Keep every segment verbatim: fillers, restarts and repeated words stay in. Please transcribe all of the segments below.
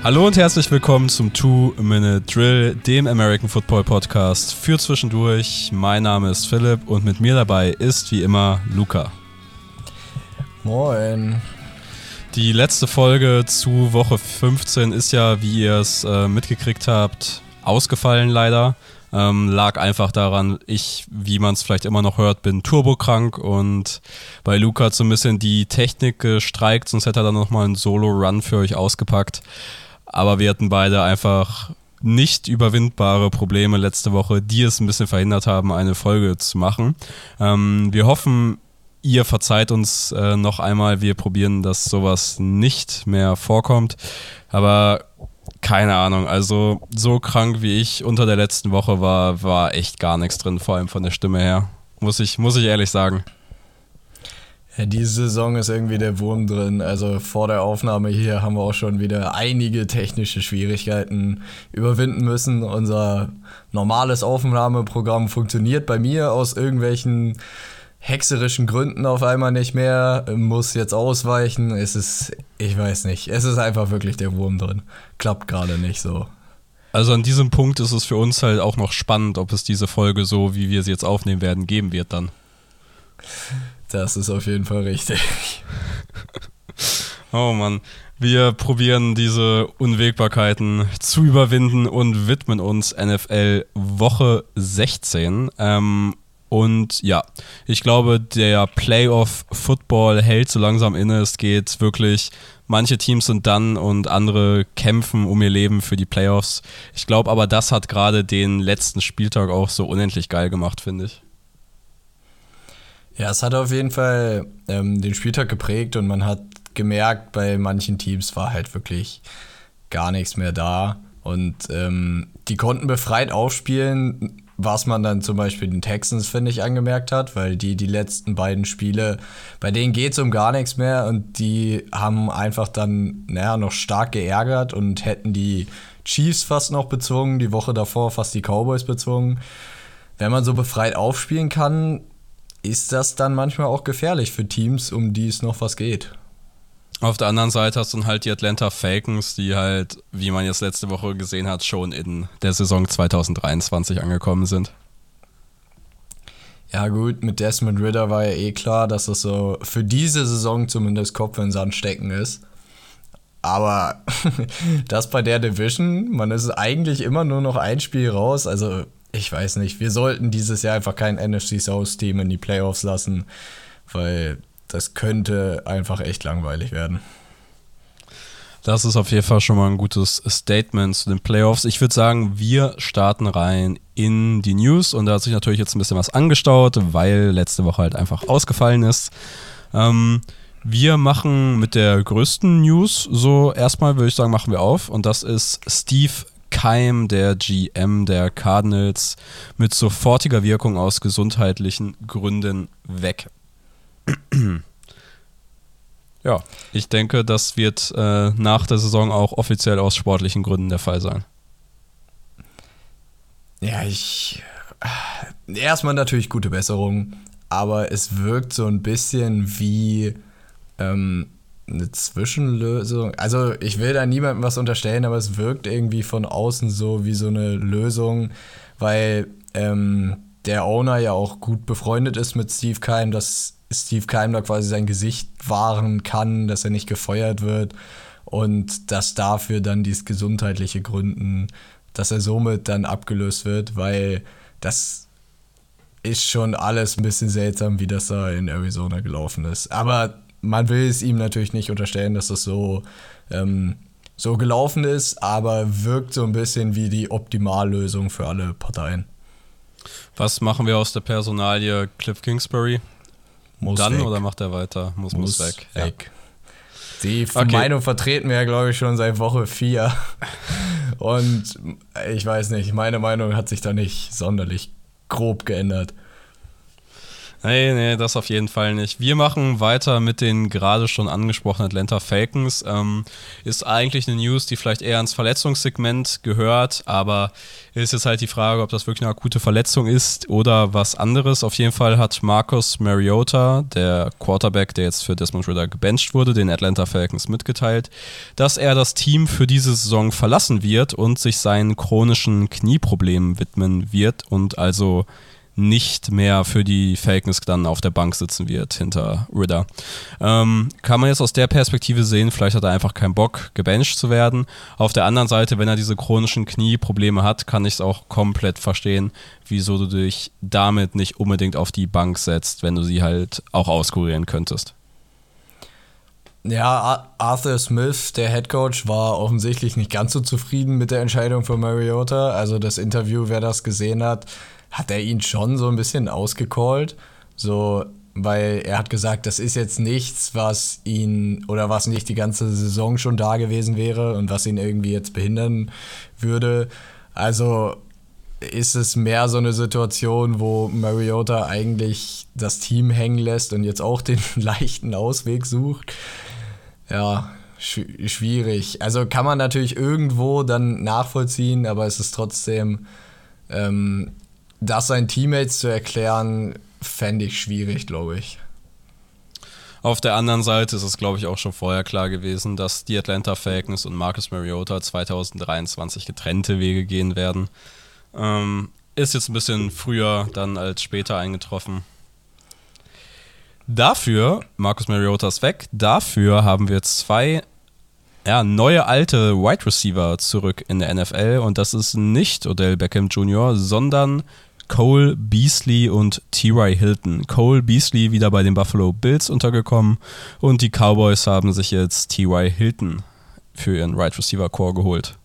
Hallo und herzlich willkommen zum Two-Minute-Drill, dem American Football Podcast für zwischendurch. Mein Name ist Philipp und mit mir dabei ist wie immer Luca. Moin. Die letzte Folge zu Woche fünfzehn ist ja, wie ihr es äh, mitgekriegt habt, ausgefallen leider. Ähm, lag einfach daran, ich, wie man es vielleicht immer noch hört, bin turbokrank und bei Luca hat so ein bisschen die Technik gestreikt, sonst hätte er dann nochmal einen Solo-Run für euch ausgepackt. Aber wir hatten beide einfach nicht überwindbare Probleme letzte Woche, die es ein bisschen verhindert haben, eine Folge zu machen. Ähm, wir hoffen, ihr verzeiht uns äh, noch einmal. Wir probieren, dass sowas nicht mehr vorkommt. Aber keine Ahnung, also so krank wie ich unter der letzten Woche war, war echt gar nichts drin, vor allem von der Stimme her. Muss ich, muss ich ehrlich sagen. Ja, diese Saison ist irgendwie der Wurm drin. Also vor der Aufnahme hier haben wir auch schon wieder einige technische Schwierigkeiten überwinden müssen. Unser normales Aufnahmeprogramm funktioniert bei mir aus irgendwelchen hexerischen Gründen auf einmal nicht mehr, muss jetzt ausweichen. Es ist, ich weiß nicht, es ist einfach wirklich der Wurm drin. Klappt gerade nicht so. Also an diesem Punkt ist es für uns halt auch noch spannend, ob es diese Folge so, wie wir sie jetzt aufnehmen werden, geben wird dann. Das ist auf jeden Fall richtig. Oh Mann, wir probieren diese Unwägbarkeiten zu überwinden und widmen uns N F L Woche sechzehn. Ähm, und ja, ich glaube, der Playoff-Football hält so langsam inne. Es geht wirklich, manche Teams sind dann und andere kämpfen um ihr Leben für die Playoffs. Ich glaube aber, das hat gerade den letzten Spieltag auch so unendlich geil gemacht, finde ich. Ja, es hat auf jeden Fall ähm, den Spieltag geprägt und man hat gemerkt, bei manchen Teams war halt wirklich gar nichts mehr da und ähm, die konnten befreit aufspielen, was man dann zum Beispiel den Texans, finde ich, angemerkt hat, weil die die letzten beiden Spiele, bei denen geht es um gar nichts mehr und die haben einfach dann, naja, noch stark geärgert und hätten die Chiefs fast noch bezwungen, die Woche davor fast die Cowboys bezwungen. Wenn man so befreit aufspielen kann, ist das dann manchmal auch gefährlich für Teams, um die es noch was geht. Auf der anderen Seite hast du dann halt die Atlanta Falcons, die halt, wie man jetzt letzte Woche gesehen hat, schon in der Saison zwanzig dreiundzwanzig angekommen sind. Ja gut, mit Desmond Ridder war ja eh klar, dass das so für diese Saison zumindest Kopf in den Sand stecken ist. Aber das bei der Division, man ist eigentlich immer nur noch ein Spiel raus, also ich weiß nicht, wir sollten dieses Jahr einfach kein N F C South-Team in die Playoffs lassen, weil das könnte einfach echt langweilig werden. Das ist auf jeden Fall schon mal ein gutes Statement zu den Playoffs. Ich würde sagen, wir starten rein in die News und da hat sich natürlich jetzt ein bisschen was angestaut, weil letzte Woche halt einfach ausgefallen ist. Ähm, wir machen mit der größten News so erstmal, würde ich sagen, machen wir auf und das ist Steve Keim, der G M der Cardinals, mit sofortiger Wirkung aus gesundheitlichen Gründen weg. Ja, ich denke, das wird äh, nach der Saison auch offiziell aus sportlichen Gründen der Fall sein. Ja, ich... Erstmal natürlich gute Besserung, aber es wirkt so ein bisschen wie ähm, eine Zwischenlösung. Also ich will da niemandem was unterstellen, aber es wirkt irgendwie von außen so wie so eine Lösung, weil ähm, der Owner ja auch gut befreundet ist mit Steve Keim, dass Steve Keim da quasi sein Gesicht wahren kann, dass er nicht gefeuert wird und dass dafür dann dieses gesundheitliche Gründen, dass er somit dann abgelöst wird, weil das ist schon alles ein bisschen seltsam, wie das da in Arizona gelaufen ist. Aber man will es ihm natürlich nicht unterstellen, dass das so, ähm, so gelaufen ist, aber wirkt so ein bisschen wie die Optimallösung für alle Parteien. Was machen wir aus der Personalie Cliff Kingsbury? Muss Dann weg. Oder macht er weiter? Muss, muss, muss weg. weg. Ja. Die okay. Meinung vertreten wir ja, glaube ich, schon seit Woche vier. Und ich weiß nicht, meine Meinung hat sich da nicht sonderlich grob geändert. Nee, nee, das auf jeden Fall nicht. Wir machen weiter mit den gerade schon angesprochenen Atlanta Falcons. Ähm, ist eigentlich eine News, die vielleicht eher ans Verletzungssegment gehört, aber ist jetzt halt die Frage, ob das wirklich eine akute Verletzung ist oder was anderes. Auf jeden Fall hat Marcus Mariota, der Quarterback, der jetzt für Desmond Ridder gebencht wurde, den Atlanta Falcons mitgeteilt, dass er das Team für diese Saison verlassen wird und sich seinen chronischen Knieproblemen widmen wird und also nicht mehr für die Falcons dann auf der Bank sitzen wird hinter Ridder. Ähm, kann man jetzt aus der Perspektive sehen, vielleicht hat er einfach keinen Bock, gebencht zu werden. Auf der anderen Seite, wenn er diese chronischen Knieprobleme hat, kann ich es auch komplett verstehen, wieso du dich damit nicht unbedingt auf die Bank setzt, wenn du sie halt auch auskurieren könntest. Ja, Arthur Smith, der Headcoach, war offensichtlich nicht ganz so zufrieden mit der Entscheidung von Mariota. Also das Interview, wer das gesehen hat, hat er ihn schon so ein bisschen ausgecallt, so, weil er hat gesagt, das ist jetzt nichts, was ihn, oder was nicht die ganze Saison schon da gewesen wäre und was ihn irgendwie jetzt behindern würde. Also ist es mehr so eine Situation, wo Mariota eigentlich das Team hängen lässt und jetzt auch den leichten Ausweg sucht. Ja, sch- schwierig. Also kann man natürlich irgendwo dann nachvollziehen, aber es ist trotzdem... Ähm, das seinen Teammates zu erklären, fände ich schwierig, glaube ich. Auf der anderen Seite ist es, glaube ich, auch schon vorher klar gewesen, dass die Atlanta Falcons und Marcus Mariota zwanzig dreiundzwanzig getrennte Wege gehen werden. Ähm, ist jetzt ein bisschen früher dann als später eingetroffen. Dafür, Marcus Mariota ist weg, dafür haben wir zwei ja, neue alte Wide Receiver zurück in der N F L und das ist nicht Odell Beckham Junior, sondern Cole Beasley und T Y. Hilton. Cole Beasley wieder bei den Buffalo Bills untergekommen und die Cowboys haben sich jetzt T Y. Hilton für ihren Wide Receiver Core geholt.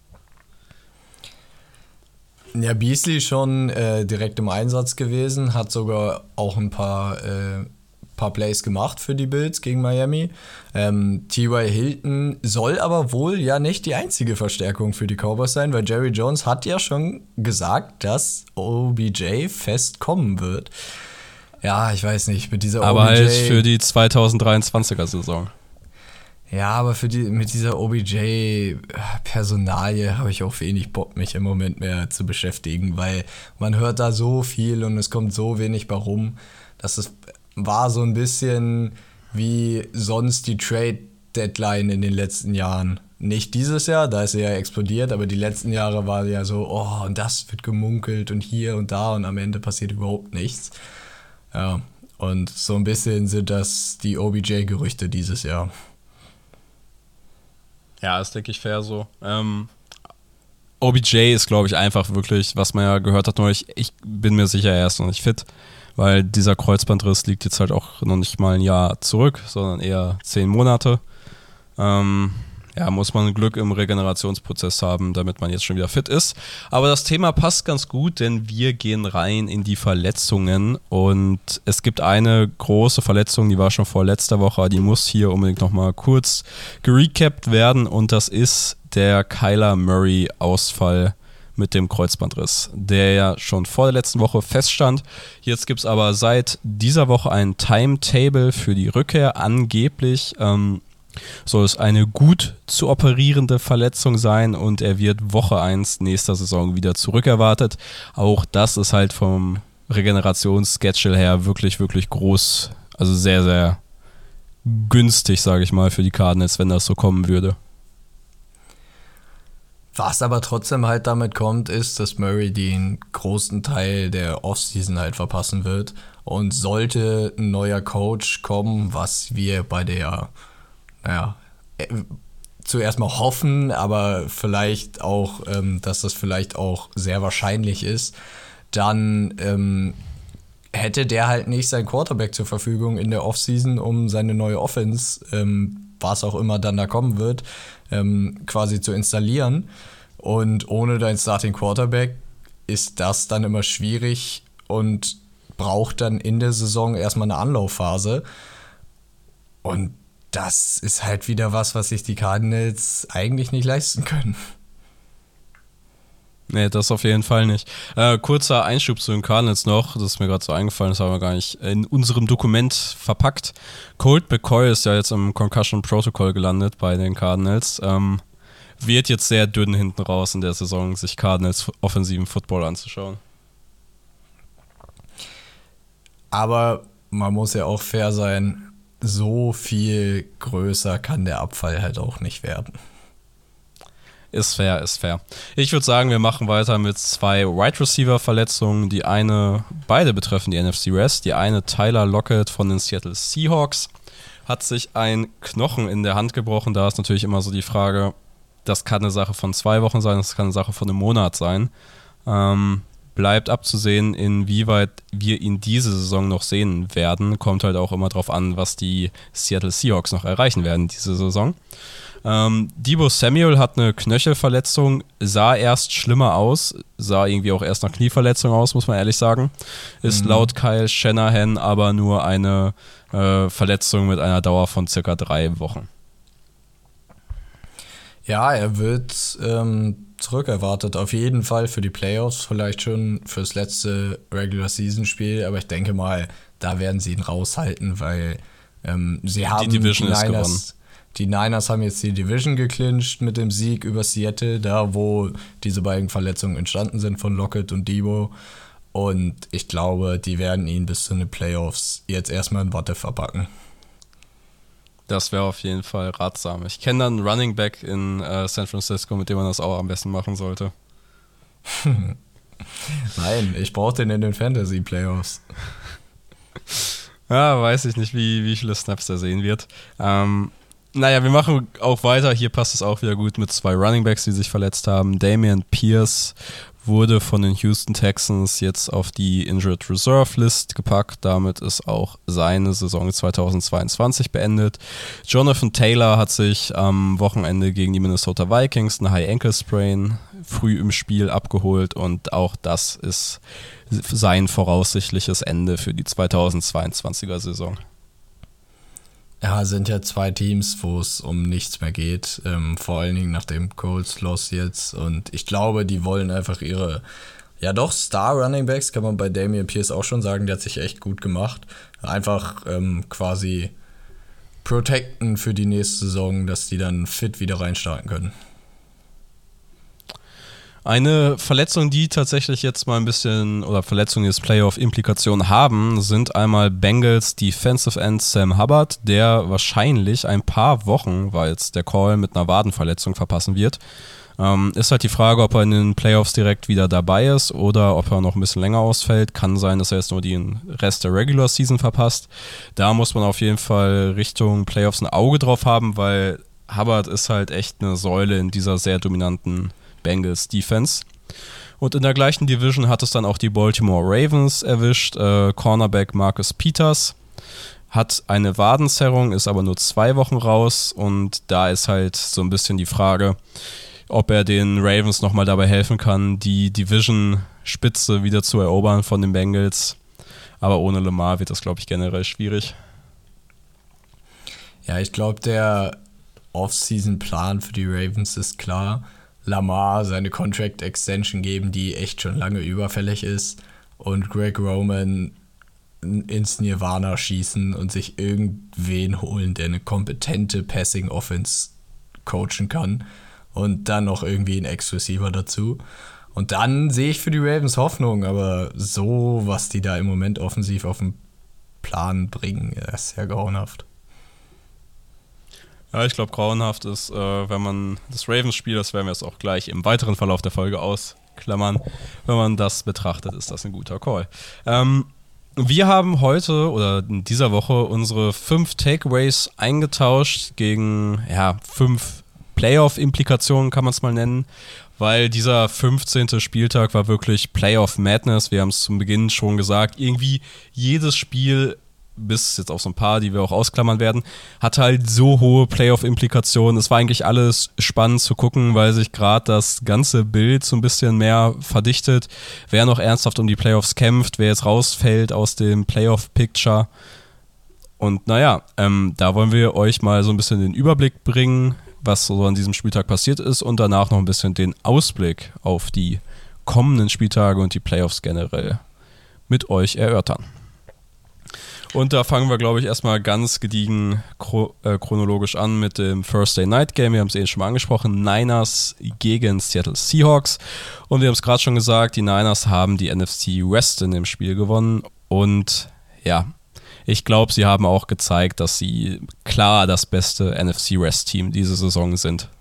Ja, Beasley schon äh, direkt im Einsatz gewesen, hat sogar auch ein paar, äh, paar Plays gemacht für die Bills gegen Miami. Ähm, T Y. Hilton soll aber wohl ja nicht die einzige Verstärkung für die Cowboys sein, weil Jerry Jones hat ja schon gesagt, dass O B J fest kommen wird. Ja, ich weiß nicht, mit dieser aber O B J... halt für die zwanzig dreiundzwanziger Saison. Ja, aber für die, mit dieser O B J-Personalie habe ich auch wenig Bock, mich im Moment mehr zu beschäftigen, weil man hört da so viel und es kommt so wenig bei rum, dass es war so ein bisschen wie sonst die Trade-Deadline in den letzten Jahren. Nicht dieses Jahr, da ist sie ja explodiert, aber die letzten Jahre war ja so, oh, und das wird gemunkelt und hier und da und am Ende passiert überhaupt nichts. Ja, und so ein bisschen sind das die O B J-Gerüchte dieses Jahr. Ja, ist, denke ich, fair so. Ähm, O B J ist, glaube ich, einfach wirklich, was man ja gehört hat, nur ich, ich bin mir sicher, er ist noch nicht fit, weil dieser Kreuzbandriss liegt jetzt halt auch noch nicht mal ein Jahr zurück, sondern eher zehn Monate. Ähm, ja, muss man Glück im Regenerationsprozess haben, damit man jetzt schon wieder fit ist. Aber das Thema passt ganz gut, denn wir gehen rein in die Verletzungen und es gibt eine große Verletzung, die war schon vor letzter Woche, die muss hier unbedingt nochmal kurz gerecapt werden und das ist der Kyler Murray-Ausfall mit dem Kreuzbandriss, der ja schon vor der letzten Woche feststand. Jetzt gibt es aber seit dieser Woche ein Timetable für die Rückkehr. Angeblich ähm, soll es eine gut zu operierende Verletzung sein und er wird Woche eins nächster Saison wieder zurückerwartet. Auch das ist halt vom Regenerationsschedule her wirklich, wirklich groß, also sehr, sehr günstig, sage ich mal, für die Cardinals, wenn das so kommen würde. Was aber trotzdem halt damit kommt, ist, dass Murray den großen Teil der Offseason halt verpassen wird. Und sollte ein neuer Coach kommen, was wir bei der, naja, äh, zuerst mal hoffen, aber vielleicht auch, ähm, dass das vielleicht auch sehr wahrscheinlich ist, dann ähm, hätte der halt nicht seinen Quarterback zur Verfügung in der Offseason, um seine neue Offense, ähm, was auch immer dann da kommen wird, ähm, quasi zu installieren. Und ohne deinen Starting Quarterback ist das dann immer schwierig und braucht dann in der Saison erstmal eine Anlaufphase. Und das ist halt wieder was, was sich die Cardinals eigentlich nicht leisten können. Nee, das auf jeden Fall nicht. Äh, kurzer Einschub zu den Cardinals noch, das ist mir gerade so eingefallen, das haben wir gar nicht in unserem Dokument verpackt. Colt McCoy ist ja jetzt im Concussion Protocol gelandet bei den Cardinals. Ähm, wird jetzt sehr dünn hinten raus in der Saison, sich Cardinals offensiven Football anzuschauen. Aber man muss ja auch fair sein, so viel größer kann der Abfall halt auch nicht werden. Ist fair, ist fair. Ich würde sagen, wir machen weiter mit zwei Wide Receiver Verletzungen. Die eine, beide betreffen die N F C West. Die eine, Tyler Lockett von den Seattle Seahawks, hat sich ein Knochen in der Hand gebrochen. Da ist natürlich immer so die Frage, das kann eine Sache von zwei Wochen sein, das kann eine Sache von einem Monat sein. Ähm, bleibt abzusehen, inwieweit wir ihn diese Saison noch sehen werden. Kommt halt auch immer drauf an, was die Seattle Seahawks noch erreichen werden diese Saison. Ähm, Deebo Samuel hat eine Knöchelverletzung, sah erst schlimmer aus, sah irgendwie auch erst nach Knieverletzung aus, muss man ehrlich sagen. Ist mhm. laut Kyle Shanahan aber nur eine äh, Verletzung mit einer Dauer von circa drei Wochen. Ja, er wird ähm, zurückerwartet, auf jeden Fall für die Playoffs, vielleicht schon fürs letzte Regular-Season-Spiel, aber ich denke mal, da werden sie ihn raushalten, weil ähm, sie haben die Division die ist Niners, gewonnen. Die Niners haben jetzt die Division geclincht mit dem Sieg über Seattle, da wo diese beiden Verletzungen entstanden sind von Lockett und Deebo. Und ich glaube, die werden ihn bis zu den Playoffs jetzt erstmal in Watte verpacken. Das wäre auf jeden Fall ratsam. Ich kenne dann einen Running Back in äh, San Francisco, mit dem man das auch am besten machen sollte. Nein, ich brauche den in den Fantasy-Playoffs. Ja, weiß ich nicht, wie, wie viele Snaps er sehen wird. Ähm, naja, wir machen auch weiter. Hier passt es auch wieder gut mit zwei Running Backs, die sich verletzt haben. Dameon Pierce wurde von den Houston Texans jetzt auf die Injured Reserve List gepackt. Damit ist auch seine Saison zweitausendzweiundzwanzig beendet. Jonathan Taylor hat sich am Wochenende gegen die Minnesota Vikings einen High Ankle Sprain früh im Spiel abgeholt und auch das ist sein voraussichtliches Ende für die zweitausendzweiundzwanziger Saison. Ja, sind ja zwei Teams, wo es um nichts mehr geht, ähm, vor allen Dingen nach dem Colts-Loss jetzt. Und ich glaube, die wollen einfach ihre, ja doch, Star-Runningbacks, kann man bei Dameon Pierce auch schon sagen, der hat sich echt gut gemacht. Einfach ähm, quasi protecten für die nächste Saison, dass die dann fit wieder reinstarten können. Eine Verletzung, die tatsächlich jetzt mal ein bisschen, oder Verletzungen, die jetzt Playoff-Implikationen haben, sind einmal Bengals Defensive End Sam Hubbard, der wahrscheinlich ein paar Wochen, war jetzt der Call, mit einer Wadenverletzung verpassen wird. Ähm, ist halt die Frage, ob er in den Playoffs direkt wieder dabei ist oder ob er noch ein bisschen länger ausfällt. Kann sein, dass er jetzt nur den Rest der Regular Season verpasst. Da muss man auf jeden Fall Richtung Playoffs ein Auge drauf haben, weil Hubbard ist halt echt eine Säule in dieser sehr dominanten Bengals Defense. Und in der gleichen Division hat es dann auch die Baltimore Ravens erwischt. Äh, Cornerback Marcus Peters hat eine Wadenzerrung, ist aber nur zwei Wochen raus und da ist halt so ein bisschen die Frage, ob er den Ravens nochmal dabei helfen kann, die Division-Spitze wieder zu erobern von den Bengals. Aber ohne Lamar wird das, glaube ich, generell schwierig. Ja, ich glaube, der Off-Season-Plan für die Ravens ist klar. Lamar seine Contract-Extension geben, die echt schon lange überfällig ist, und Greg Roman ins Nirvana schießen und sich irgendwen holen, der eine kompetente Passing-Offense coachen kann und dann noch irgendwie einen Ex-Receiver dazu. Und dann sehe ich für die Ravens Hoffnung, aber so, was die da im Moment offensiv auf den Plan bringen, ist ja grauenhaft. Ja, ich glaube, grauenhaft ist, äh, wenn man das Ravens-Spiel, das werden wir jetzt auch gleich im weiteren Verlauf der Folge ausklammern, wenn man das betrachtet, ist das ein guter Call. Ähm, wir haben heute oder in dieser Woche unsere fünf Takeaways eingetauscht gegen ja, fünf Playoff-Implikationen, kann man es mal nennen, weil dieser fünfzehnte Spieltag war wirklich Playoff-Madness. Wir haben es zum Beginn schon gesagt, irgendwie jedes Spiel, bis jetzt auch so ein paar, die wir auch ausklammern werden, hat halt so hohe Playoff-Implikationen. Es war eigentlich alles spannend zu gucken, weil sich gerade das ganze Bild so ein bisschen mehr verdichtet. Wer noch ernsthaft um die Playoffs kämpft, wer jetzt rausfällt aus dem Playoff-Picture. Und naja, ähm, da wollen wir euch mal so ein bisschen den Überblick bringen, was so an diesem Spieltag passiert ist und danach noch ein bisschen den Ausblick auf die kommenden Spieltage und die Playoffs generell mit euch erörtern. Und da fangen wir, glaube ich, erstmal ganz gediegen chro- äh, chronologisch an mit dem Thursday Night Game. Wir haben es eben schon mal angesprochen. Niners gegen Seattle Seahawks. Und wir haben es gerade schon gesagt, die Niners haben die N F C West in dem Spiel gewonnen. Und ja, ich glaube, sie haben auch gezeigt, dass sie klar das beste N F C West-Team diese Saison sind.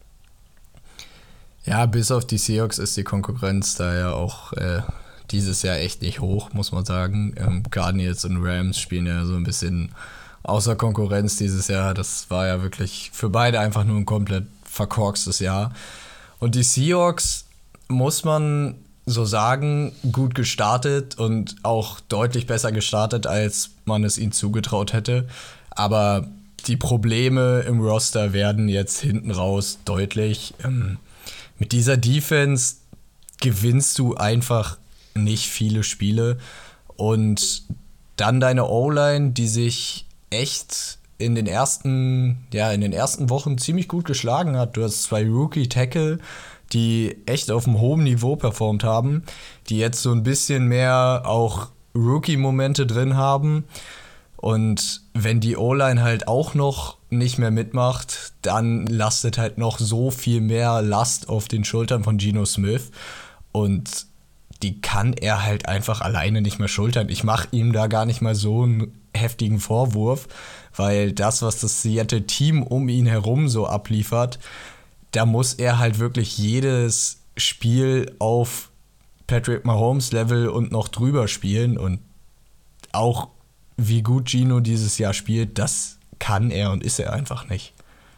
Ja, bis auf die Seahawks ist die Konkurrenz da ja auch äh, dieses Jahr echt nicht hoch, muss man sagen. Ähm, Cardinals und Rams spielen ja so ein bisschen außer Konkurrenz dieses Jahr. Das war ja wirklich für beide einfach nur ein komplett verkorkstes Jahr. Und die Seahawks, muss man so sagen, gut gestartet und auch deutlich besser gestartet, als man es ihnen zugetraut hätte. Aber die Probleme im Roster werden jetzt hinten raus deutlich. Ähm, mit dieser Defense gewinnst du einfach nicht viele Spiele. Und dann deine O-Line, die sich echt in den ersten, ja, in den ersten Wochen ziemlich gut geschlagen hat. Du hast zwei Rookie-Tackle, die echt auf einem hohen Niveau performt haben, die jetzt so ein bisschen mehr auch Rookie-Momente drin haben. Und wenn die O-Line halt auch noch nicht mehr mitmacht, dann lastet halt noch so viel mehr Last auf den Schultern von Geno Smith. Und die kann er halt einfach alleine nicht mehr schultern. Ich mache ihm da gar nicht mal so einen heftigen Vorwurf, weil das, was das Seattle-Team um ihn herum so abliefert, da muss er halt wirklich jedes Spiel auf Patrick Mahomes-Level und noch drüber spielen. Und auch wie gut Geno dieses Jahr spielt, das kann er und ist er einfach nicht.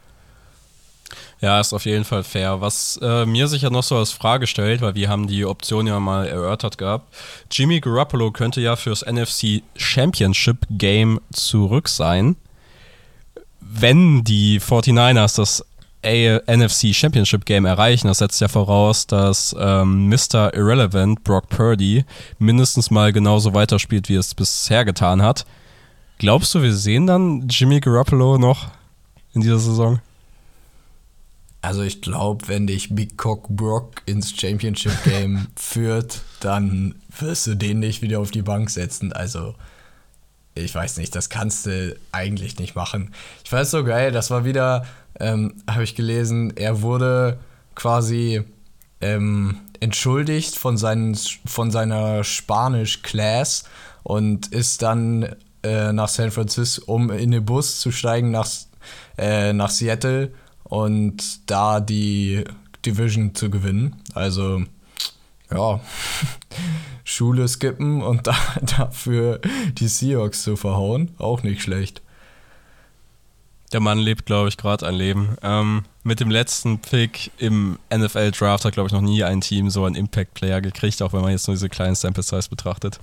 Ja, ist auf jeden Fall fair. Was äh, mir sicher noch so als Frage stellt, weil wir haben die Option ja mal erörtert gehabt, Jimmy Garoppolo könnte ja fürs N F C Championship Game zurück sein. Wenn die forty-niners das N F C Championship Game erreichen, das setzt ja voraus, dass ähm, Mister Irrelevant, Brock Purdy, mindestens mal genauso weiterspielt, wie es bisher getan hat. Glaubst du, wir sehen dann Jimmy Garoppolo noch in dieser Saison? Also ich glaube, wenn dich Big Cock Brock ins Championship Game führt, dann wirst du den nicht wieder auf die Bank setzen. Also ich weiß nicht, das kannst du eigentlich nicht machen. Ich fand es so geil, das war wieder, ähm, habe ich gelesen, er wurde quasi ähm, entschuldigt von, seinen, von seiner Spanisch-Class und ist dann äh, nach San Francisco, um in den Bus zu steigen nach, äh, nach Seattle und da die Division zu gewinnen. Also, ja, Schule skippen und da, dafür die Seahawks zu verhauen, auch nicht schlecht. Der Mann lebt, glaube ich, gerade ein Leben. Ähm, mit dem letzten Pick im N F L-Draft hat, glaube ich, noch nie ein Team so einen Impact-Player gekriegt, auch wenn man jetzt nur diese kleinen Sample-Size betrachtet.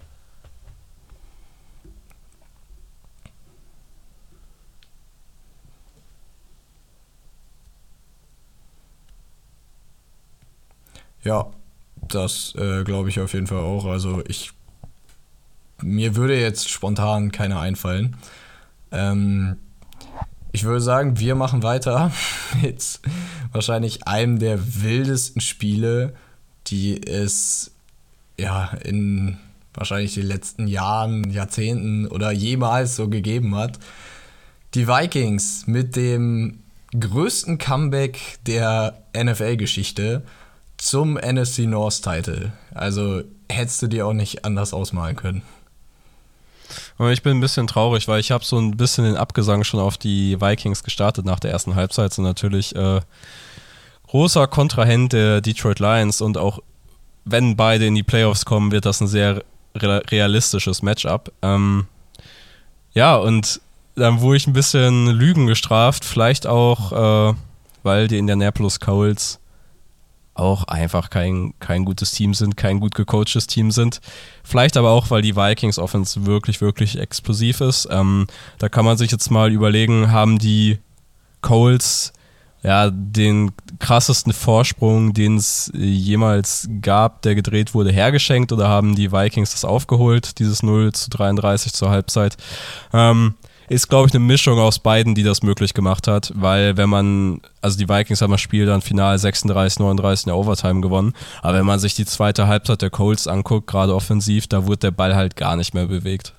Ja, das äh, glaube ich auf jeden Fall auch. Also ich, mir würde jetzt spontan keiner einfallen. Ähm, ich würde sagen, wir machen weiter mit wahrscheinlich einem der wildesten Spiele, die es ja in wahrscheinlich den letzten Jahren, Jahrzehnten oder jemals so gegeben hat. Die Vikings mit dem größten Comeback der N F L-Geschichte zum N F C North-Title. Also hättest du dir auch nicht anders ausmalen können. Und ich bin ein bisschen traurig, weil ich habe so ein bisschen den Abgesang schon auf die Vikings gestartet nach der ersten Halbzeit. So natürlich äh, großer Kontrahent der Detroit Lions und auch wenn beide in die Playoffs kommen, wird das ein sehr re- realistisches Matchup. Ähm, ja, und dann wurde ich ein bisschen Lügen gestraft, vielleicht auch, äh, weil die Indianapolis Colts auch einfach kein, kein gutes Team sind, kein gut gecoachtes Team sind. Vielleicht aber auch, weil die Vikings Offense wirklich, wirklich explosiv ist. Ähm, da kann man sich jetzt mal überlegen, haben die Colts ja den krassesten Vorsprung, den es jemals gab, der gedreht wurde, hergeschenkt, oder haben die Vikings das aufgeholt, dieses null zu dreiunddreißig zur Halbzeit? Ähm, ist, glaube ich, eine Mischung aus beiden, die das möglich gemacht hat, weil wenn man, also die Vikings haben das Spiel dann final sechsunddreißig neununddreißig in der Overtime gewonnen, aber wenn man sich die zweite Halbzeit der Colts anguckt, gerade offensiv, da wurde der Ball halt gar nicht mehr bewegt.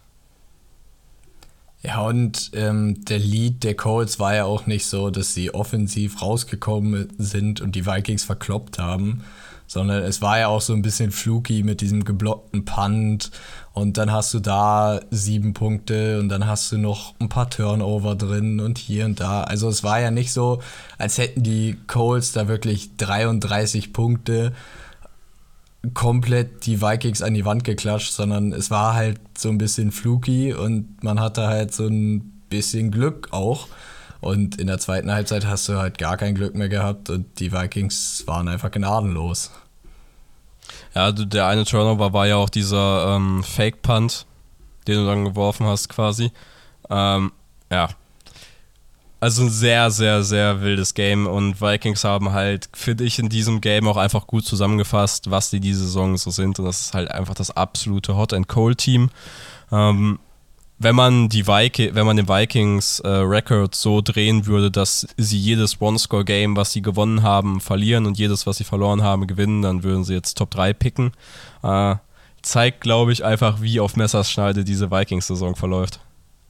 Ja, und ähm, der Lead der Colts war ja auch nicht so, dass sie offensiv rausgekommen sind und die Vikings verkloppt haben, sondern es war ja auch so ein bisschen fluky mit diesem geblockten Punt und dann hast du da sieben Punkte und dann hast du noch ein paar Turnover drin und hier und da. Also es war ja nicht so, als hätten die Colts da wirklich dreiunddreißig Punkte komplett die Vikings an die Wand geklatscht, sondern es war halt so ein bisschen fluky und man hatte halt so ein bisschen Glück auch. Und in der zweiten Halbzeit hast du halt gar kein Glück mehr gehabt und die Vikings waren einfach gnadenlos. Ja, der eine Turnover war ja auch dieser ähm, Fake-Punt, den du dann geworfen hast quasi. Ähm, ja. Also ein sehr, sehr, sehr wildes Game und Vikings haben halt, finde ich, in diesem Game auch einfach gut zusammengefasst, was die diese Saison so sind und das ist halt einfach das absolute Hot-and-Cold-Team. Ähm, wenn man die Viking, wenn man den Vikings äh, Record so drehen würde, dass sie jedes One-Score-Game, was sie gewonnen haben, verlieren und jedes, was sie verloren haben, gewinnen, dann würden sie jetzt Top drei picken. Äh, zeigt, glaube ich, einfach, wie auf Messerschneide diese Vikings-Saison verläuft.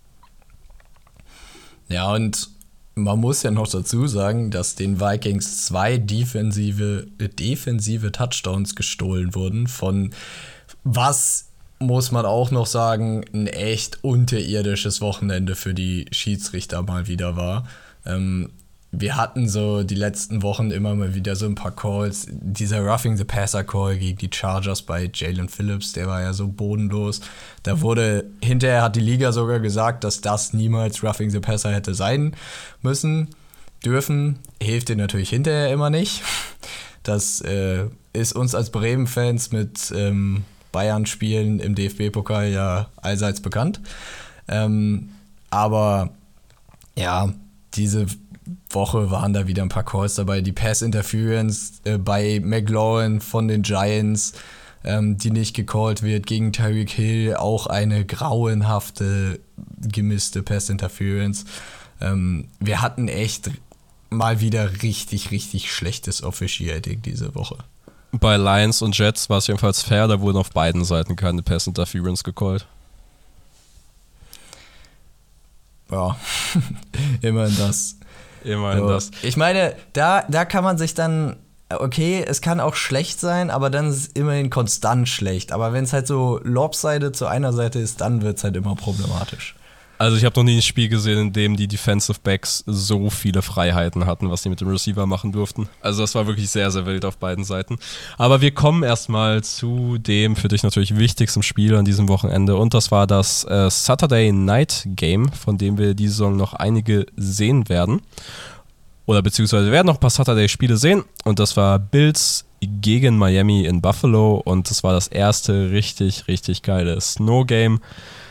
Ja, und man muss ja noch dazu sagen, dass den Vikings zwei defensive, defensive Touchdowns gestohlen wurden von, was muss man auch noch sagen, ein echt unterirdisches Wochenende für die Schiedsrichter mal wieder war. Ähm, wir hatten so die letzten Wochen immer mal wieder so ein paar Calls. Dieser Roughing the Passer Call gegen die Chargers bei Jalen Phillips, der war ja so bodenlos. Da wurde, hinterher hat die Liga sogar gesagt, dass das niemals Roughing the Passer hätte sein müssen, dürfen. Hilft dir natürlich hinterher immer nicht. Das äh, ist uns als Bremen-Fans mit ähm, Bayern-Spielen im D F B-Pokal ja allseits bekannt. Ähm, aber ja, diese Woche waren da wieder ein paar Calls dabei. Die Pass-Interference äh, bei McLaurin von den Giants, ähm, die nicht gecallt wird, gegen Tyreek Hill, auch eine grauenhafte, gemisste Pass-Interference. Ähm, wir hatten echt mal wieder richtig, richtig schlechtes Officiating diese Woche. Bei Lions und Jets war es jedenfalls fair, da wurden auf beiden Seiten keine Pass-Interference gecallt. Ja, immerhin das. Immerhin so. das. Ich meine, da, da kann man sich dann, okay, es kann auch schlecht sein, aber dann ist es immerhin konstant schlecht. Aber wenn es halt so lopsided zu einer Seite ist, dann wird es halt immer problematisch. Also ich habe noch nie ein Spiel gesehen, in dem die Defensive Backs so viele Freiheiten hatten, was die mit dem Receiver machen durften. Also das war wirklich sehr, sehr wild auf beiden Seiten. Aber wir kommen erstmal zu dem für dich natürlich wichtigsten Spiel an diesem Wochenende und das war das äh, Saturday Night Game, von dem wir diese Saison noch einige sehen werden. Oder beziehungsweise wir werden noch ein paar Saturday-Spiele sehen und das war Bills gegen Miami in Buffalo und das war das erste richtig, richtig geile Snow-Game.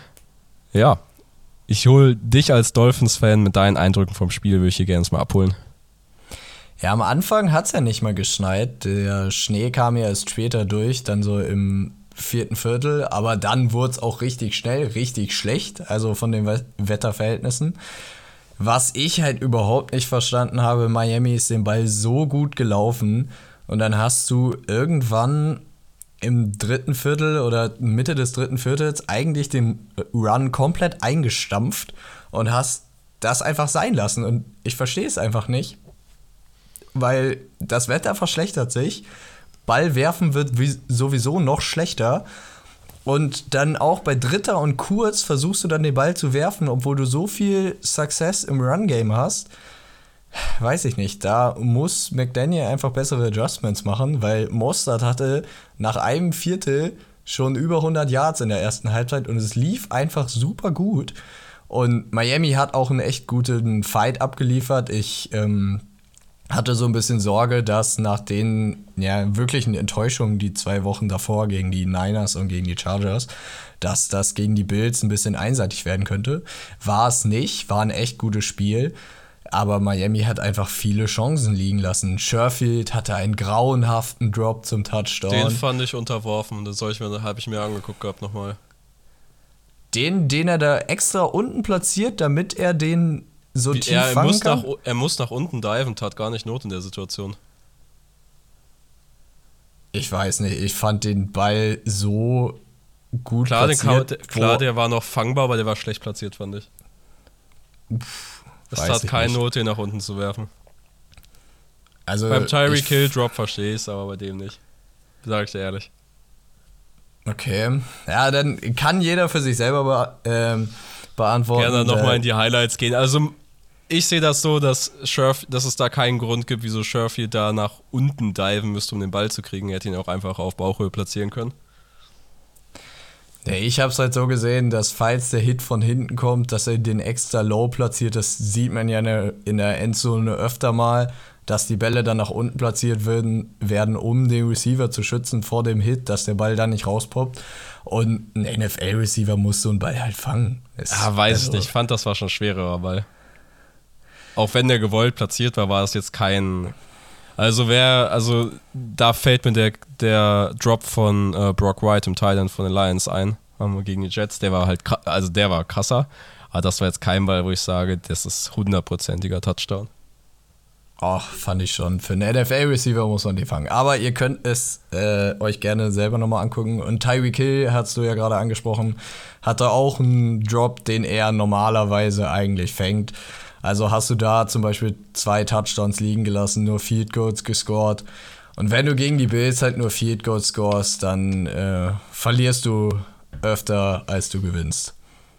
Ja, ich hole dich als Dolphins-Fan mit deinen Eindrücken vom Spiel, würde ich hier gerne mal abholen. Ja, am Anfang hat es ja nicht mal geschneit. Der Schnee kam ja erst später durch, dann so im vierten Viertel. Aber dann wurde es auch richtig schnell, richtig schlecht, also von den Wetterverhältnissen. Was ich halt überhaupt nicht verstanden habe, Miami ist den Ball so gut gelaufen und dann hast du irgendwann im dritten Viertel oder Mitte des dritten Viertels eigentlich den Run komplett eingestampft und hast das einfach sein lassen. Und ich verstehe es einfach nicht, weil das Wetter verschlechtert sich, Ball werfen wird sowieso noch schlechter und dann auch bei Dritter und Kurz versuchst du dann den Ball zu werfen, obwohl du so viel Success im Run-Game hast. Weiß ich nicht, da muss McDaniel einfach bessere Adjustments machen, weil Mostert hatte nach einem Viertel schon über hundert Yards in der ersten Halbzeit und es lief einfach super gut. Und Miami hat auch einen echt guten Fight abgeliefert. Ich ähm, hatte so ein bisschen Sorge, dass nach den ja, wirklichen Enttäuschungen, die zwei Wochen davor gegen die Niners und gegen die Chargers, dass das gegen die Bills ein bisschen einseitig werden könnte. War es nicht, war ein echt gutes Spiel. Aber Miami hat einfach viele Chancen liegen lassen. Sherfield hatte einen grauenhaften Drop zum Touchdown. Den fand ich unterworfen. Das soll ich mir, habe ich mir angeguckt gehabt nochmal. Den, den er da extra unten platziert, damit er den so Wie, tief er, er fangen muss kann? nach, er muss nach unten diven, tat gar nicht Not in der Situation. Ich weiß nicht, ich fand den Ball so gut Klar, platziert. den, klar, der war noch fangbar, aber der war schlecht platziert, fand ich. Es tat keine Not, den nach unten zu werfen. Also Beim Tyreek Hill Drop verstehe ich es, aber bei dem nicht. Sag ich dir ehrlich. Okay, ja, dann kann jeder für sich selber be ähm, beantworten. Gerne nochmal in die Highlights gehen. Also ich sehe das so, dass, Scherf, dass es da keinen Grund gibt, wieso Scherfield da nach unten diven müsste, um den Ball zu kriegen. Er hätte ihn auch einfach auf Bauchhöhe platzieren können. Nee, ich habe es halt so gesehen, dass falls der Hit von hinten kommt, dass er den extra low platziert. Das sieht man ja in der Endzone öfter mal, dass die Bälle dann nach unten platziert werden, werden, um den Receiver zu schützen vor dem Hit, dass der Ball dann nicht rauspoppt. Und ein N F L-Receiver muss so einen Ball halt fangen. Es, ja, weiß also, ich nicht. Ich fand, das war schon ein schwererer Ball. Auch wenn der gewollt platziert war, war es jetzt kein... Also wer, also da fällt mir der, der Drop von äh, Brock Wright im Thailand von den Lions ein, gegen die Jets, der war halt, also der war krasser, aber das war jetzt kein Ball, wo ich sage, das ist hundertprozentiger Touchdown. Ach, fand ich schon. Für einen N F L-Receiver muss man die fangen. Aber ihr könnt es äh, euch gerne selber nochmal angucken. Und Tyreek Hill, hast du ja gerade angesprochen, hatte auch einen Drop, den er normalerweise eigentlich fängt. Also hast du da zum Beispiel zwei Touchdowns liegen gelassen, nur Field Goals gescored. Und wenn du gegen die Bills halt nur Field Goals scorest, dann äh, verlierst du öfter, als du gewinnst.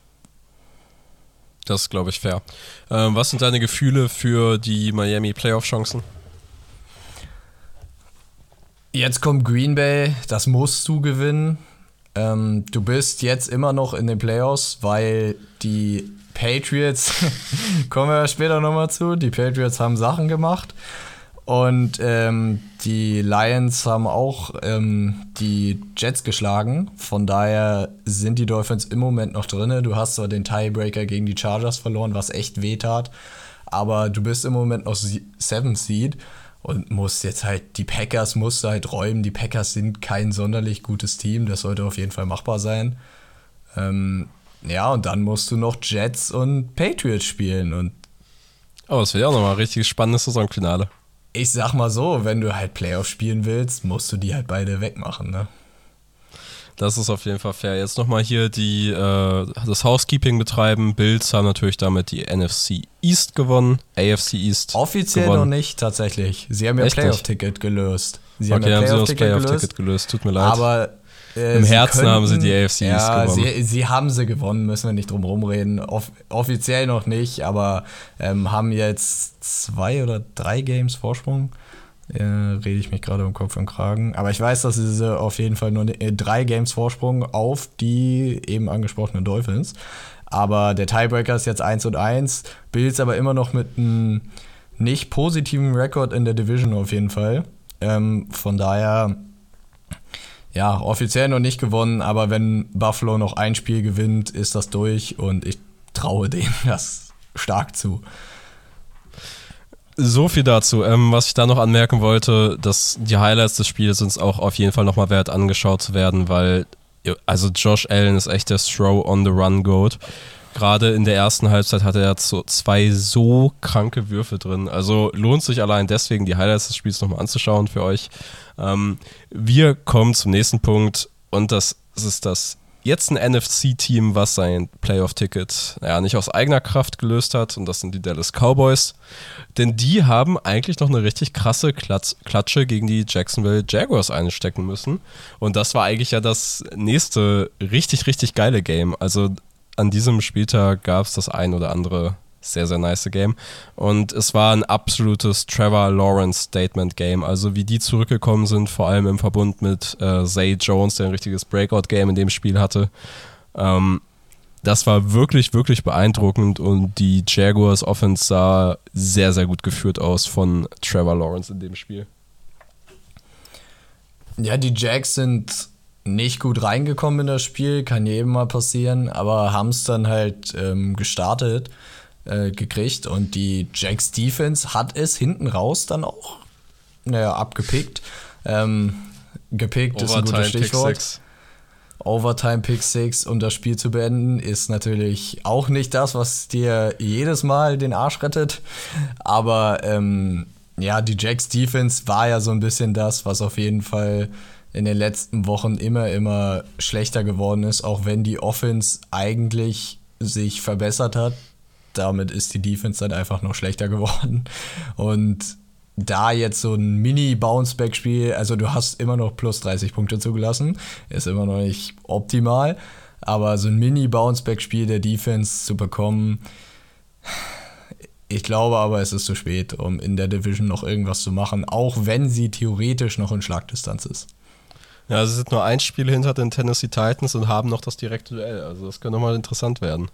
Das ist, glaube ich, fair. Ähm, was sind deine Gefühle für die Miami Playoff-Chancen? Jetzt kommt Green Bay, das musst du gewinnen. Ähm, du bist jetzt immer noch in den Playoffs, weil die Patriots, kommen wir später nochmal zu, die Patriots haben Sachen gemacht und ähm, die Lions haben auch ähm, die Jets geschlagen, von daher sind die Dolphins im Moment noch drin. Du hast zwar den Tiebreaker gegen die Chargers verloren, was echt wehtat, aber du bist im Moment noch Seventh Seed und musst jetzt halt, die Packers musst du halt räumen, die Packers sind kein sonderlich gutes Team, das sollte auf jeden Fall machbar sein. Ähm, Ja, und dann musst du noch Jets und Patriots spielen. Und oh, das wäre ja auch nochmal ein richtig spannendes Saisonfinale. Ich sag mal so, wenn du halt Playoff spielen willst, musst du die halt beide wegmachen, ne? Das ist auf jeden Fall fair. Jetzt nochmal hier die, äh, das Housekeeping betreiben. Bills haben natürlich damit die N F C East gewonnen, A F C East Offiziell gewonnen. Noch nicht, tatsächlich. Sie haben ja Playoff-Ticket gelöst. Sie okay, haben ja Playoff-Ticket Playoff gelöst. gelöst. Tut mir leid. Aber Äh, Im Herzen könnten, haben sie die A F C East ja, gewonnen. Sie, sie haben sie gewonnen, müssen wir nicht drum rumreden. Off- offiziell noch nicht, aber ähm, haben jetzt zwei oder drei Games Vorsprung. Äh, rede ich mich gerade im Kopf und Kragen. Aber ich weiß, dass sie auf jeden Fall nur äh, drei Games Vorsprung auf die eben angesprochenen Dolphins. Aber der Tiebreaker ist jetzt eins und eins. Bills aber immer noch mit einem nicht positiven Rekord in der Division auf jeden Fall. Ähm, von daher... Ja, offiziell noch nicht gewonnen, aber wenn Buffalo noch ein Spiel gewinnt, ist das durch und ich traue denen das stark zu. So viel dazu. Ähm, was ich da noch anmerken wollte, dass die Highlights des Spiels sind auch auf jeden Fall nochmal wert angeschaut zu werden, weil also Josh Allen ist echt der Throw on the Run Goat. Gerade in der ersten Halbzeit hatte er so zwei so kranke Würfe drin. Also lohnt sich allein deswegen, die Highlights des Spiels nochmal anzuschauen für euch. Ähm, wir kommen zum nächsten Punkt und das ist das jetzt ein N F C-Team, was sein Playoff-Ticket naja, nicht aus eigener Kraft gelöst hat, und das sind die Dallas Cowboys. Denn die haben eigentlich noch eine richtig krasse Klatz- Klatsche gegen die Jacksonville Jaguars einstecken müssen. Und das war eigentlich ja das nächste richtig, richtig geile Game. Also an diesem Spieltag gab es das ein oder andere sehr, sehr nice Game. Und es war ein absolutes Trevor Lawrence Statement Game. Also wie die zurückgekommen sind, vor allem im Verbund mit äh, Zay Jones, der ein richtiges Breakout Game in dem Spiel hatte. Ähm, das war wirklich, wirklich beeindruckend und die Jaguars Offense sah sehr, sehr gut geführt aus von Trevor Lawrence in dem Spiel. Ja, die Jags sind nicht gut reingekommen in das Spiel, kann jedem mal passieren, aber haben es dann halt ähm, gestartet, äh, gekriegt und die Jags Defense hat es hinten raus dann auch naja, abgepickt. Ähm, gepickt ist ein gutes Stichwort. Overtime Pick Six, um das Spiel zu beenden, ist natürlich auch nicht das, was dir jedes Mal den Arsch rettet. Aber ähm, ja, die Jacks Defense war ja so ein bisschen das, was auf jeden Fall in den letzten Wochen immer, immer schlechter geworden ist, auch wenn die Offense eigentlich sich verbessert hat. Damit ist die Defense dann einfach noch schlechter geworden. Und da jetzt so ein Mini-Bounce-Back-Spiel, also du hast immer noch plus dreißig Punkte zugelassen, ist immer noch nicht optimal, aber so ein Mini-Bounce-Back-Spiel der Defense zu bekommen, ich glaube aber, es ist zu spät, um in der Division noch irgendwas zu machen, auch wenn sie theoretisch noch in Schlagdistanz ist. Ja, sie sind nur ein Spiel hinter den Tennessee Titans und haben noch das direkte Duell, also das könnte nochmal interessant werden.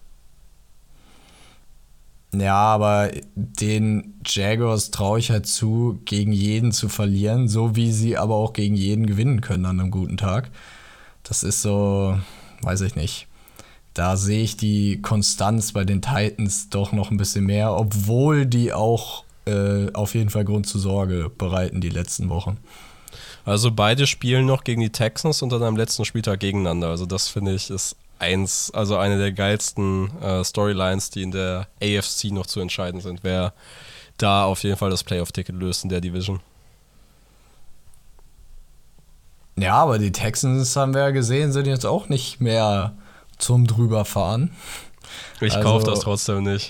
Ja, aber den Jaguars traue ich halt zu, gegen jeden zu verlieren, so wie sie aber auch gegen jeden gewinnen können an einem guten Tag. Das ist so, weiß ich nicht. Da sehe ich die Konstanz bei den Titans doch noch ein bisschen mehr, obwohl die auch äh, auf jeden Fall Grund zur Sorge bereiten die letzten Wochen. Also beide spielen noch gegen die Texans und dann am letzten Spieltag gegeneinander. Also das finde ich ist eins, also eine der geilsten äh, Storylines, die in der A F C noch zu entscheiden sind, wer da auf jeden Fall das Playoff-Ticket löst in der Division. Ja, aber die Texans, haben wir ja gesehen, sind jetzt auch nicht mehr zum Drüberfahren. Ich also, kaufe das trotzdem nicht.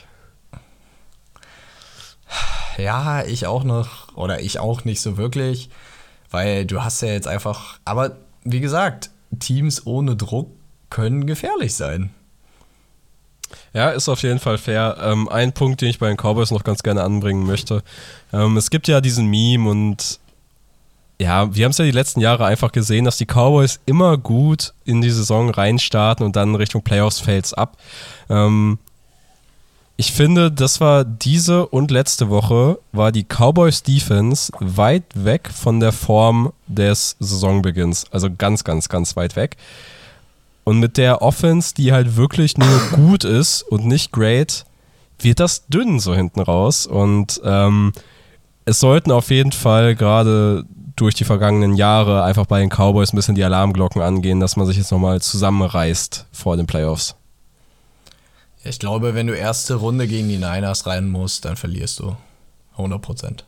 Ja, ich auch noch, oder ich auch nicht so wirklich, weil du hast ja jetzt einfach, aber wie gesagt, Teams ohne Druck können gefährlich sein. Ja, ist auf jeden Fall fair. Ähm, ein Punkt, den ich bei den Cowboys noch ganz gerne anbringen möchte. Ähm, es gibt ja diesen Meme und ja, wir haben es ja die letzten Jahre einfach gesehen, dass die Cowboys immer gut in die Saison reinstarten und dann Richtung Playoffs fällt's ab. Ähm, ich finde, das war diese und letzte Woche, war die Cowboys Defense weit weg von der Form des Saisonbeginns. Also ganz, ganz, ganz weit weg. Und mit der Offense, die halt wirklich nur gut ist und nicht great, wird das dünn so hinten raus. Und ähm, es sollten auf jeden Fall gerade durch die vergangenen Jahre einfach bei den Cowboys ein bisschen die Alarmglocken angehen, dass man sich jetzt nochmal zusammenreißt vor den Playoffs. Ich glaube, wenn du erste Runde gegen die Niners rein musst, dann verlierst du. hundert Prozent.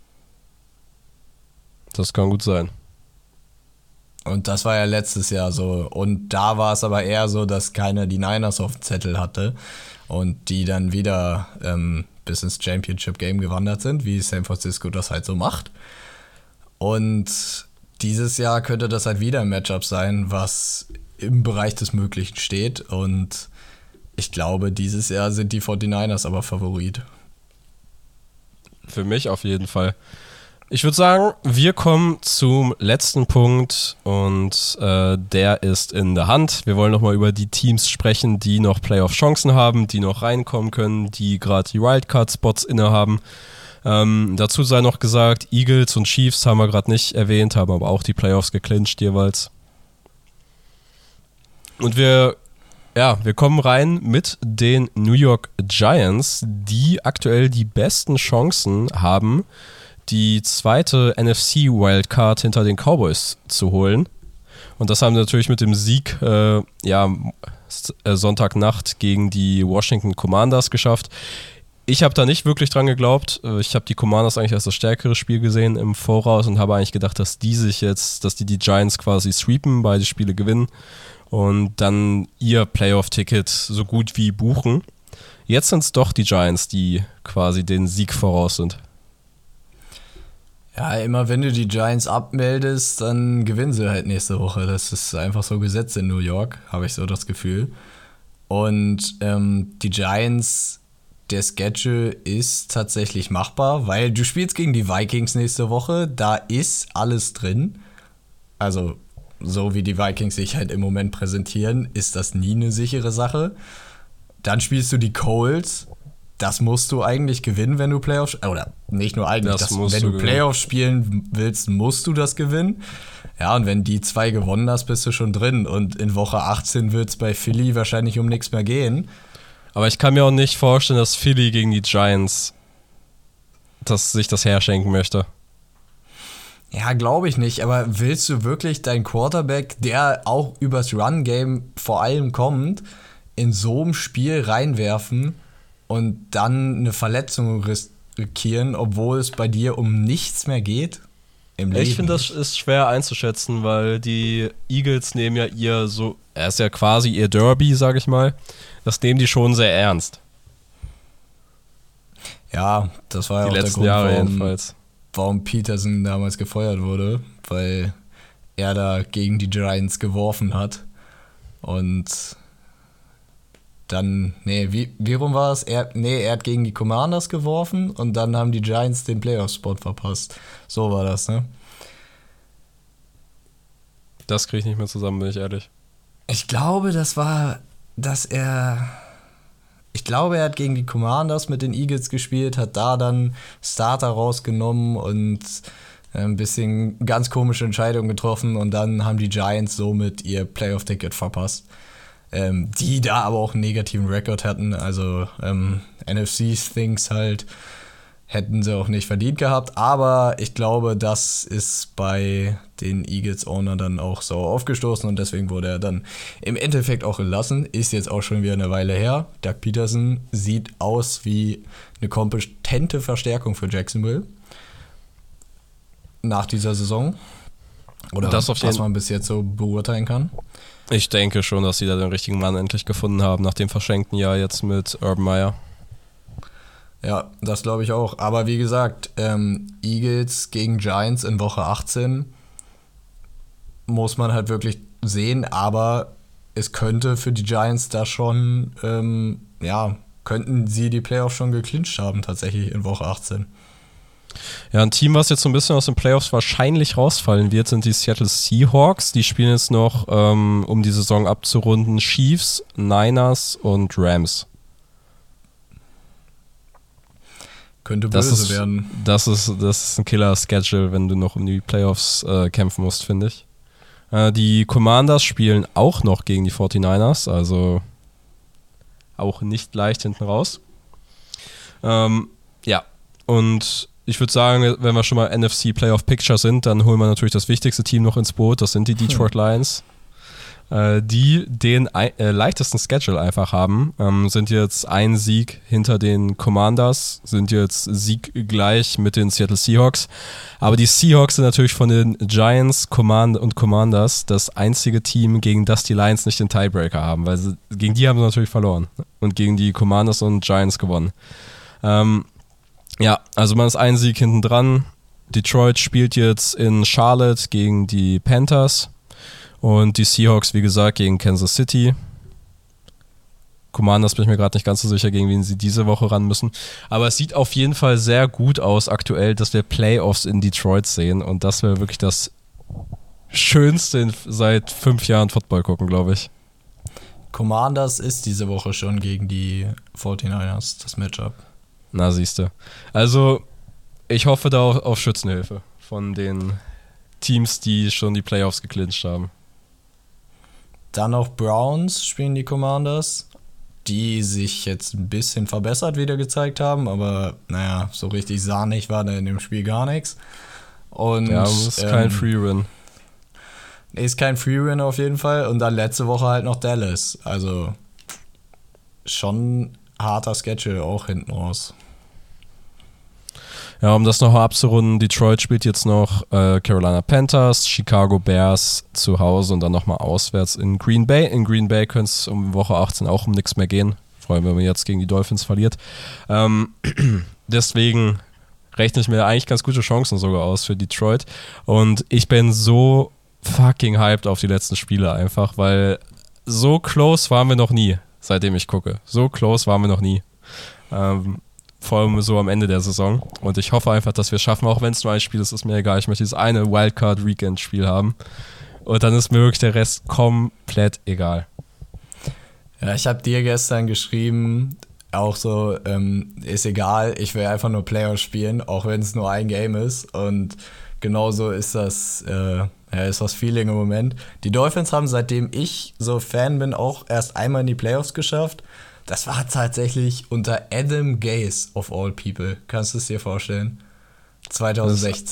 Das kann gut sein. Und das war ja letztes Jahr so. Und da war es aber eher so, dass keiner die Niners auf dem Zettel hatte und die dann wieder ähm, bis ins Championship-Game gewandert sind, wie San Francisco das halt so macht. Und dieses Jahr könnte das halt wieder ein Matchup sein, was im Bereich des Möglichen steht. Und ich glaube, dieses Jahr sind die forty-niners aber Favorit. Für mich auf jeden Fall. Ich würde sagen, wir kommen zum letzten Punkt und äh, der ist in der Hand. Wir wollen nochmal über die Teams sprechen, die noch Playoff-Chancen haben, die noch reinkommen können, die gerade die Wildcard-Spots innehaben. Ähm, dazu sei noch gesagt, Eagles und Chiefs haben wir gerade nicht erwähnt, haben aber auch die Playoffs geclincht jeweils. Und wir, ja, wir kommen rein mit den New York Giants, die aktuell die besten Chancen haben, die zweite N F C-Wildcard hinter den Cowboys zu holen. Und das haben sie natürlich mit dem Sieg äh, ja, Sonntagnacht gegen die Washington Commanders geschafft. Ich habe da nicht wirklich dran geglaubt. Ich habe die Commanders eigentlich als das stärkere Spiel gesehen im Voraus und habe eigentlich gedacht, dass die sich jetzt, dass die die Giants quasi sweepen, beide Spiele gewinnen und dann ihr Playoff-Ticket so gut wie buchen. Jetzt sind es doch die Giants, die quasi den Sieg voraus sind. Ja, immer wenn du die Giants abmeldest, dann gewinnen sie halt nächste Woche. Das ist einfach so Gesetz in New York, habe ich so das Gefühl. Und ähm, die Giants, der Schedule ist tatsächlich machbar, weil du spielst gegen die Vikings nächste Woche, da ist alles drin. Also so wie die Vikings sich halt im Moment präsentieren, ist das nie eine sichere Sache. Dann spielst du die Colts. Das musst du eigentlich gewinnen, wenn du Playoffs, oder nicht nur eigentlich, das das, wenn du, du Playoffs spielen willst, musst du das gewinnen. Ja, und wenn die zwei gewonnen hast, bist du schon drin. Und in Woche achtzehn wird es bei Philly wahrscheinlich um nichts mehr gehen. Aber ich kann mir auch nicht vorstellen, dass Philly gegen die Giants dass sich das herschenken möchte. Ja, glaube ich nicht, aber willst du wirklich deinen Quarterback, der auch übers Run-Game vor allem kommt, in so ein Spiel reinwerfen und dann eine Verletzung riskieren, obwohl es bei dir um nichts mehr geht? Im Leben Ich finde, das ist schwer einzuschätzen, weil die Eagles nehmen ja ihr so, er ist ja quasi ihr Derby, sag ich mal, das nehmen die schon sehr ernst. Ja, das war ja Die auch der letzten Grund, Jahre warum, jedenfalls. warum Peterson damals gefeuert wurde, weil er da gegen die Giants geworfen hat. Und dann, nee, wie, wie rum war es? Er, nee, er hat gegen die Commanders geworfen und dann haben die Giants den Playoff-Spot verpasst. So war das, ne? Das kriege ich nicht mehr zusammen, bin ich ehrlich. Ich glaube, das war, dass er... Ich glaube, er hat gegen die Commanders mit den Eagles gespielt, hat da dann Starter rausgenommen und ein bisschen ganz komische Entscheidungen getroffen und dann haben die Giants somit ihr Playoff-Ticket verpasst. Ähm, die da aber auch einen negativen Rekord hatten, also ähm, N F C-Things halt hätten sie auch nicht verdient gehabt, aber ich glaube, das ist bei den Eagles-Owner dann auch sauer aufgestoßen und deswegen wurde er dann im Endeffekt auch entlassen. Ist jetzt auch schon wieder eine Weile her. Doug Peterson sieht aus wie eine kompetente Verstärkung für Jacksonville nach dieser Saison. Oder das auf was man bis jetzt so beurteilen kann. Ich denke schon, dass sie da den richtigen Mann endlich gefunden haben, nach dem verschenkten Jahr jetzt mit Urban Meyer. Ja, das glaube ich auch. Aber wie gesagt, ähm, Eagles gegen Giants in Woche achtzehn muss man halt wirklich sehen, aber es könnte für die Giants da schon, ähm, ja, könnten sie die Playoffs schon geclincht haben tatsächlich in Woche achtzehn. Ja, ein Team, was jetzt so ein bisschen aus den Playoffs wahrscheinlich rausfallen wird, sind die Seattle Seahawks. Die spielen jetzt noch, ähm, um die Saison abzurunden, Chiefs, Niners und Rams. Könnte Das böse ist, werden. das ist, das ist ein Killer-Schedule, wenn du noch um die Playoffs äh, kämpfen musst, finde ich. Äh, die Commanders spielen auch noch gegen die forty-niners, also auch nicht leicht hinten raus. Ähm, ja, und ich würde sagen, wenn wir schon mal N F C Playoff Picture sind, dann holen wir natürlich das wichtigste Team noch ins Boot, das sind die Detroit Lions. Die den äh, leichtesten Schedule einfach haben, ähm, sind jetzt ein Sieg hinter den Commanders, sind jetzt sieggleich mit den Seattle Seahawks. Aber die Seahawks sind natürlich von den Giants Command und Commanders das einzige Team, gegen das die Lions nicht den Tiebreaker haben, weil sie, gegen die haben sie natürlich verloren und gegen die Commanders und Giants gewonnen. Ähm, ja, also man ist ein Sieg hinten dran. Detroit spielt jetzt in Charlotte gegen die Panthers. Und die Seahawks, wie gesagt, gegen Kansas City. Commanders bin ich mir gerade nicht ganz so sicher, gegen wen sie diese Woche ran müssen. Aber es sieht auf jeden Fall sehr gut aus aktuell, dass wir Playoffs in Detroit sehen. Und das wäre wirklich das Schönste in, seit fünf Jahren Football gucken, glaube ich. Commanders ist diese Woche schon gegen die forty-niners, das Matchup. Na, siehste. Also, ich hoffe da auf, auf Schützenhilfe von den Teams, die schon die Playoffs geclincht haben. Dann noch Browns spielen die Commanders, die sich jetzt ein bisschen verbessert wieder gezeigt haben, aber naja, so richtig sahnig war da in dem Spiel gar nichts. Und, ja, ist ähm, kein Free-Win. Ist kein Free-Win auf jeden Fall. Und dann letzte Woche halt noch Dallas. Also schon harter Schedule auch hinten raus. Ja, um das noch abzurunden, Detroit spielt jetzt noch äh, Carolina Panthers, Chicago Bears zu Hause und dann nochmal auswärts in Green Bay. In Green Bay könnte es um Woche achtzehn auch um nichts mehr gehen. Freuen wir, wenn man jetzt gegen die Dolphins verliert. Ähm, deswegen rechne ich mir eigentlich ganz gute Chancen sogar aus für Detroit. Und ich bin so fucking hyped auf die letzten Spiele einfach, weil so close waren wir noch nie, seitdem ich gucke. So close waren wir noch nie. Ähm, Vor allem so am Ende der Saison. Und ich hoffe einfach, dass wir es schaffen, auch wenn es nur ein Spiel ist, ist mir egal. Ich möchte dieses eine Wildcard-Weekend-Spiel haben. Und dann ist mir wirklich der Rest komplett egal. Ja, ich habe dir gestern geschrieben, auch so, ähm, ist egal, ich will einfach nur Playoffs spielen, auch wenn es nur ein Game ist. Und genauso ist das, äh, ja, ist das Feeling im Moment. Die Dolphins haben, seitdem ich so Fan bin, auch erst einmal in die Playoffs geschafft. Das war tatsächlich unter Adam Gase of all people. Kannst du es dir vorstellen? zwanzig sechzehn.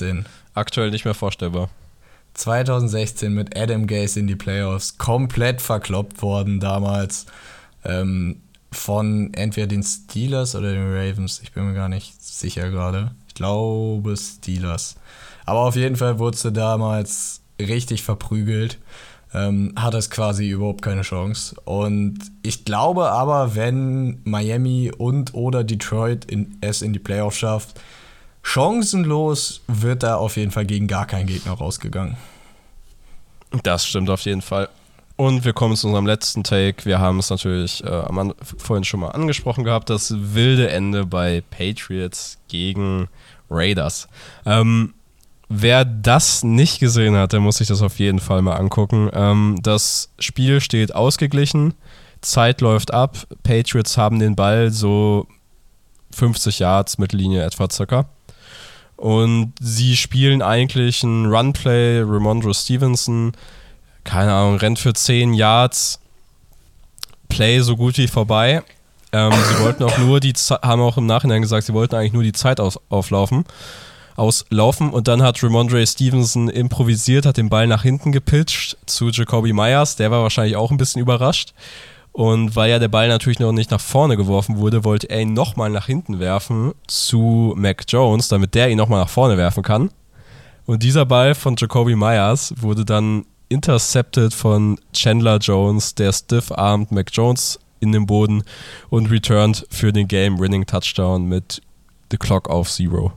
aktuell nicht mehr vorstellbar. zwanzig sechzehn mit Adam Gase in die Playoffs, komplett verkloppt worden damals ähm, von entweder den Steelers oder den Ravens, ich bin mir gar nicht sicher gerade. Ich glaube Steelers. Aber auf jeden Fall wurde sie damals richtig verprügelt, ähm, hat es quasi überhaupt keine Chance. Und ich glaube aber, wenn Miami und oder Detroit in, es in die Playoffs schafft, chancenlos wird da auf jeden Fall gegen gar keinen Gegner rausgegangen. Das stimmt auf jeden Fall. Und wir kommen zu unserem letzten Take. Wir haben es natürlich äh, am An- vorhin schon mal angesprochen gehabt, das wilde Ende bei Patriots gegen Raiders. Ähm, wer das nicht gesehen hat, der muss sich das auf jeden Fall mal angucken. Ähm, das Spiel steht ausgeglichen, Zeit läuft ab, Patriots haben den Ball so fünfzig Yards, Mittellinie etwa circa. Und sie spielen eigentlich ein Runplay, Ramondre Stevenson, keine Ahnung, rennt für zehn Yards, Play so gut wie vorbei. Ähm, sie wollten auch nur die Ze- haben auch im Nachhinein gesagt, sie wollten eigentlich nur die Zeit aus- auflaufen, auslaufen und dann hat Ramondre Stevenson improvisiert, hat den Ball nach hinten gepitcht zu Jacoby Myers, der war wahrscheinlich auch ein bisschen überrascht. Und weil ja der Ball natürlich noch nicht nach vorne geworfen wurde, wollte er ihn nochmal nach hinten werfen zu Mac Jones, damit der ihn nochmal nach vorne werfen kann. Und dieser Ball von Jacoby Myers wurde dann intercepted von Chandler Jones, der stiff-armed Mac Jones in den Boden und returned für den Game-Winning-Touchdown mit the clock auf Zero.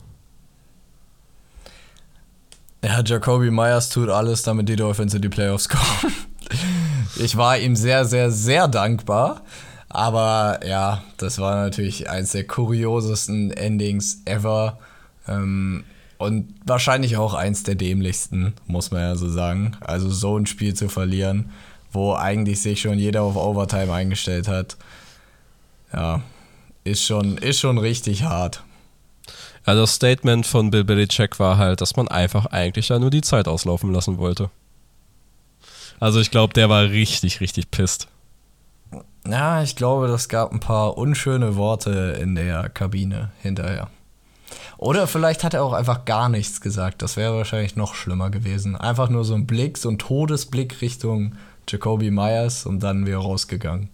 Ja, Jacoby Myers tut alles, damit die Dolphins in die Playoffs kommen. Ich war ihm sehr, sehr, sehr dankbar. Aber ja, das war natürlich eines der kuriosesten Endings ever. Ähm, und wahrscheinlich auch eins der dämlichsten, muss man ja so sagen. Also so ein Spiel zu verlieren, wo eigentlich sich schon jeder auf Overtime eingestellt hat. Ja, ist schon, ist schon richtig hart. Also das Statement von Bill Belichick war halt, dass man einfach eigentlich ja nur die Zeit auslaufen lassen wollte. Also ich glaube, der war richtig, richtig pisst. Ja, ich glaube, das gab ein paar unschöne Worte in der Kabine hinterher. Oder vielleicht hat er auch einfach gar nichts gesagt. Das wäre wahrscheinlich noch schlimmer gewesen. Einfach nur so ein Blick, so ein Todesblick Richtung Jacoby Myers und dann wäre rausgegangen.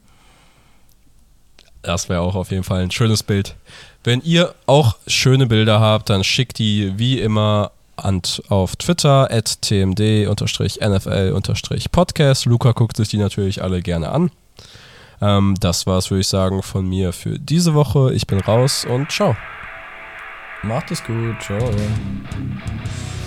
Das wäre auch auf jeden Fall ein schönes Bild. Wenn ihr auch schöne Bilder habt, dann schickt die wie immer an, auf Twitter at t m d N f l Podcast. Luca guckt sich die natürlich alle gerne an. Ähm, das war's, würde ich sagen, von mir für diese Woche. Ich bin raus und ciao. Macht es gut, ciao.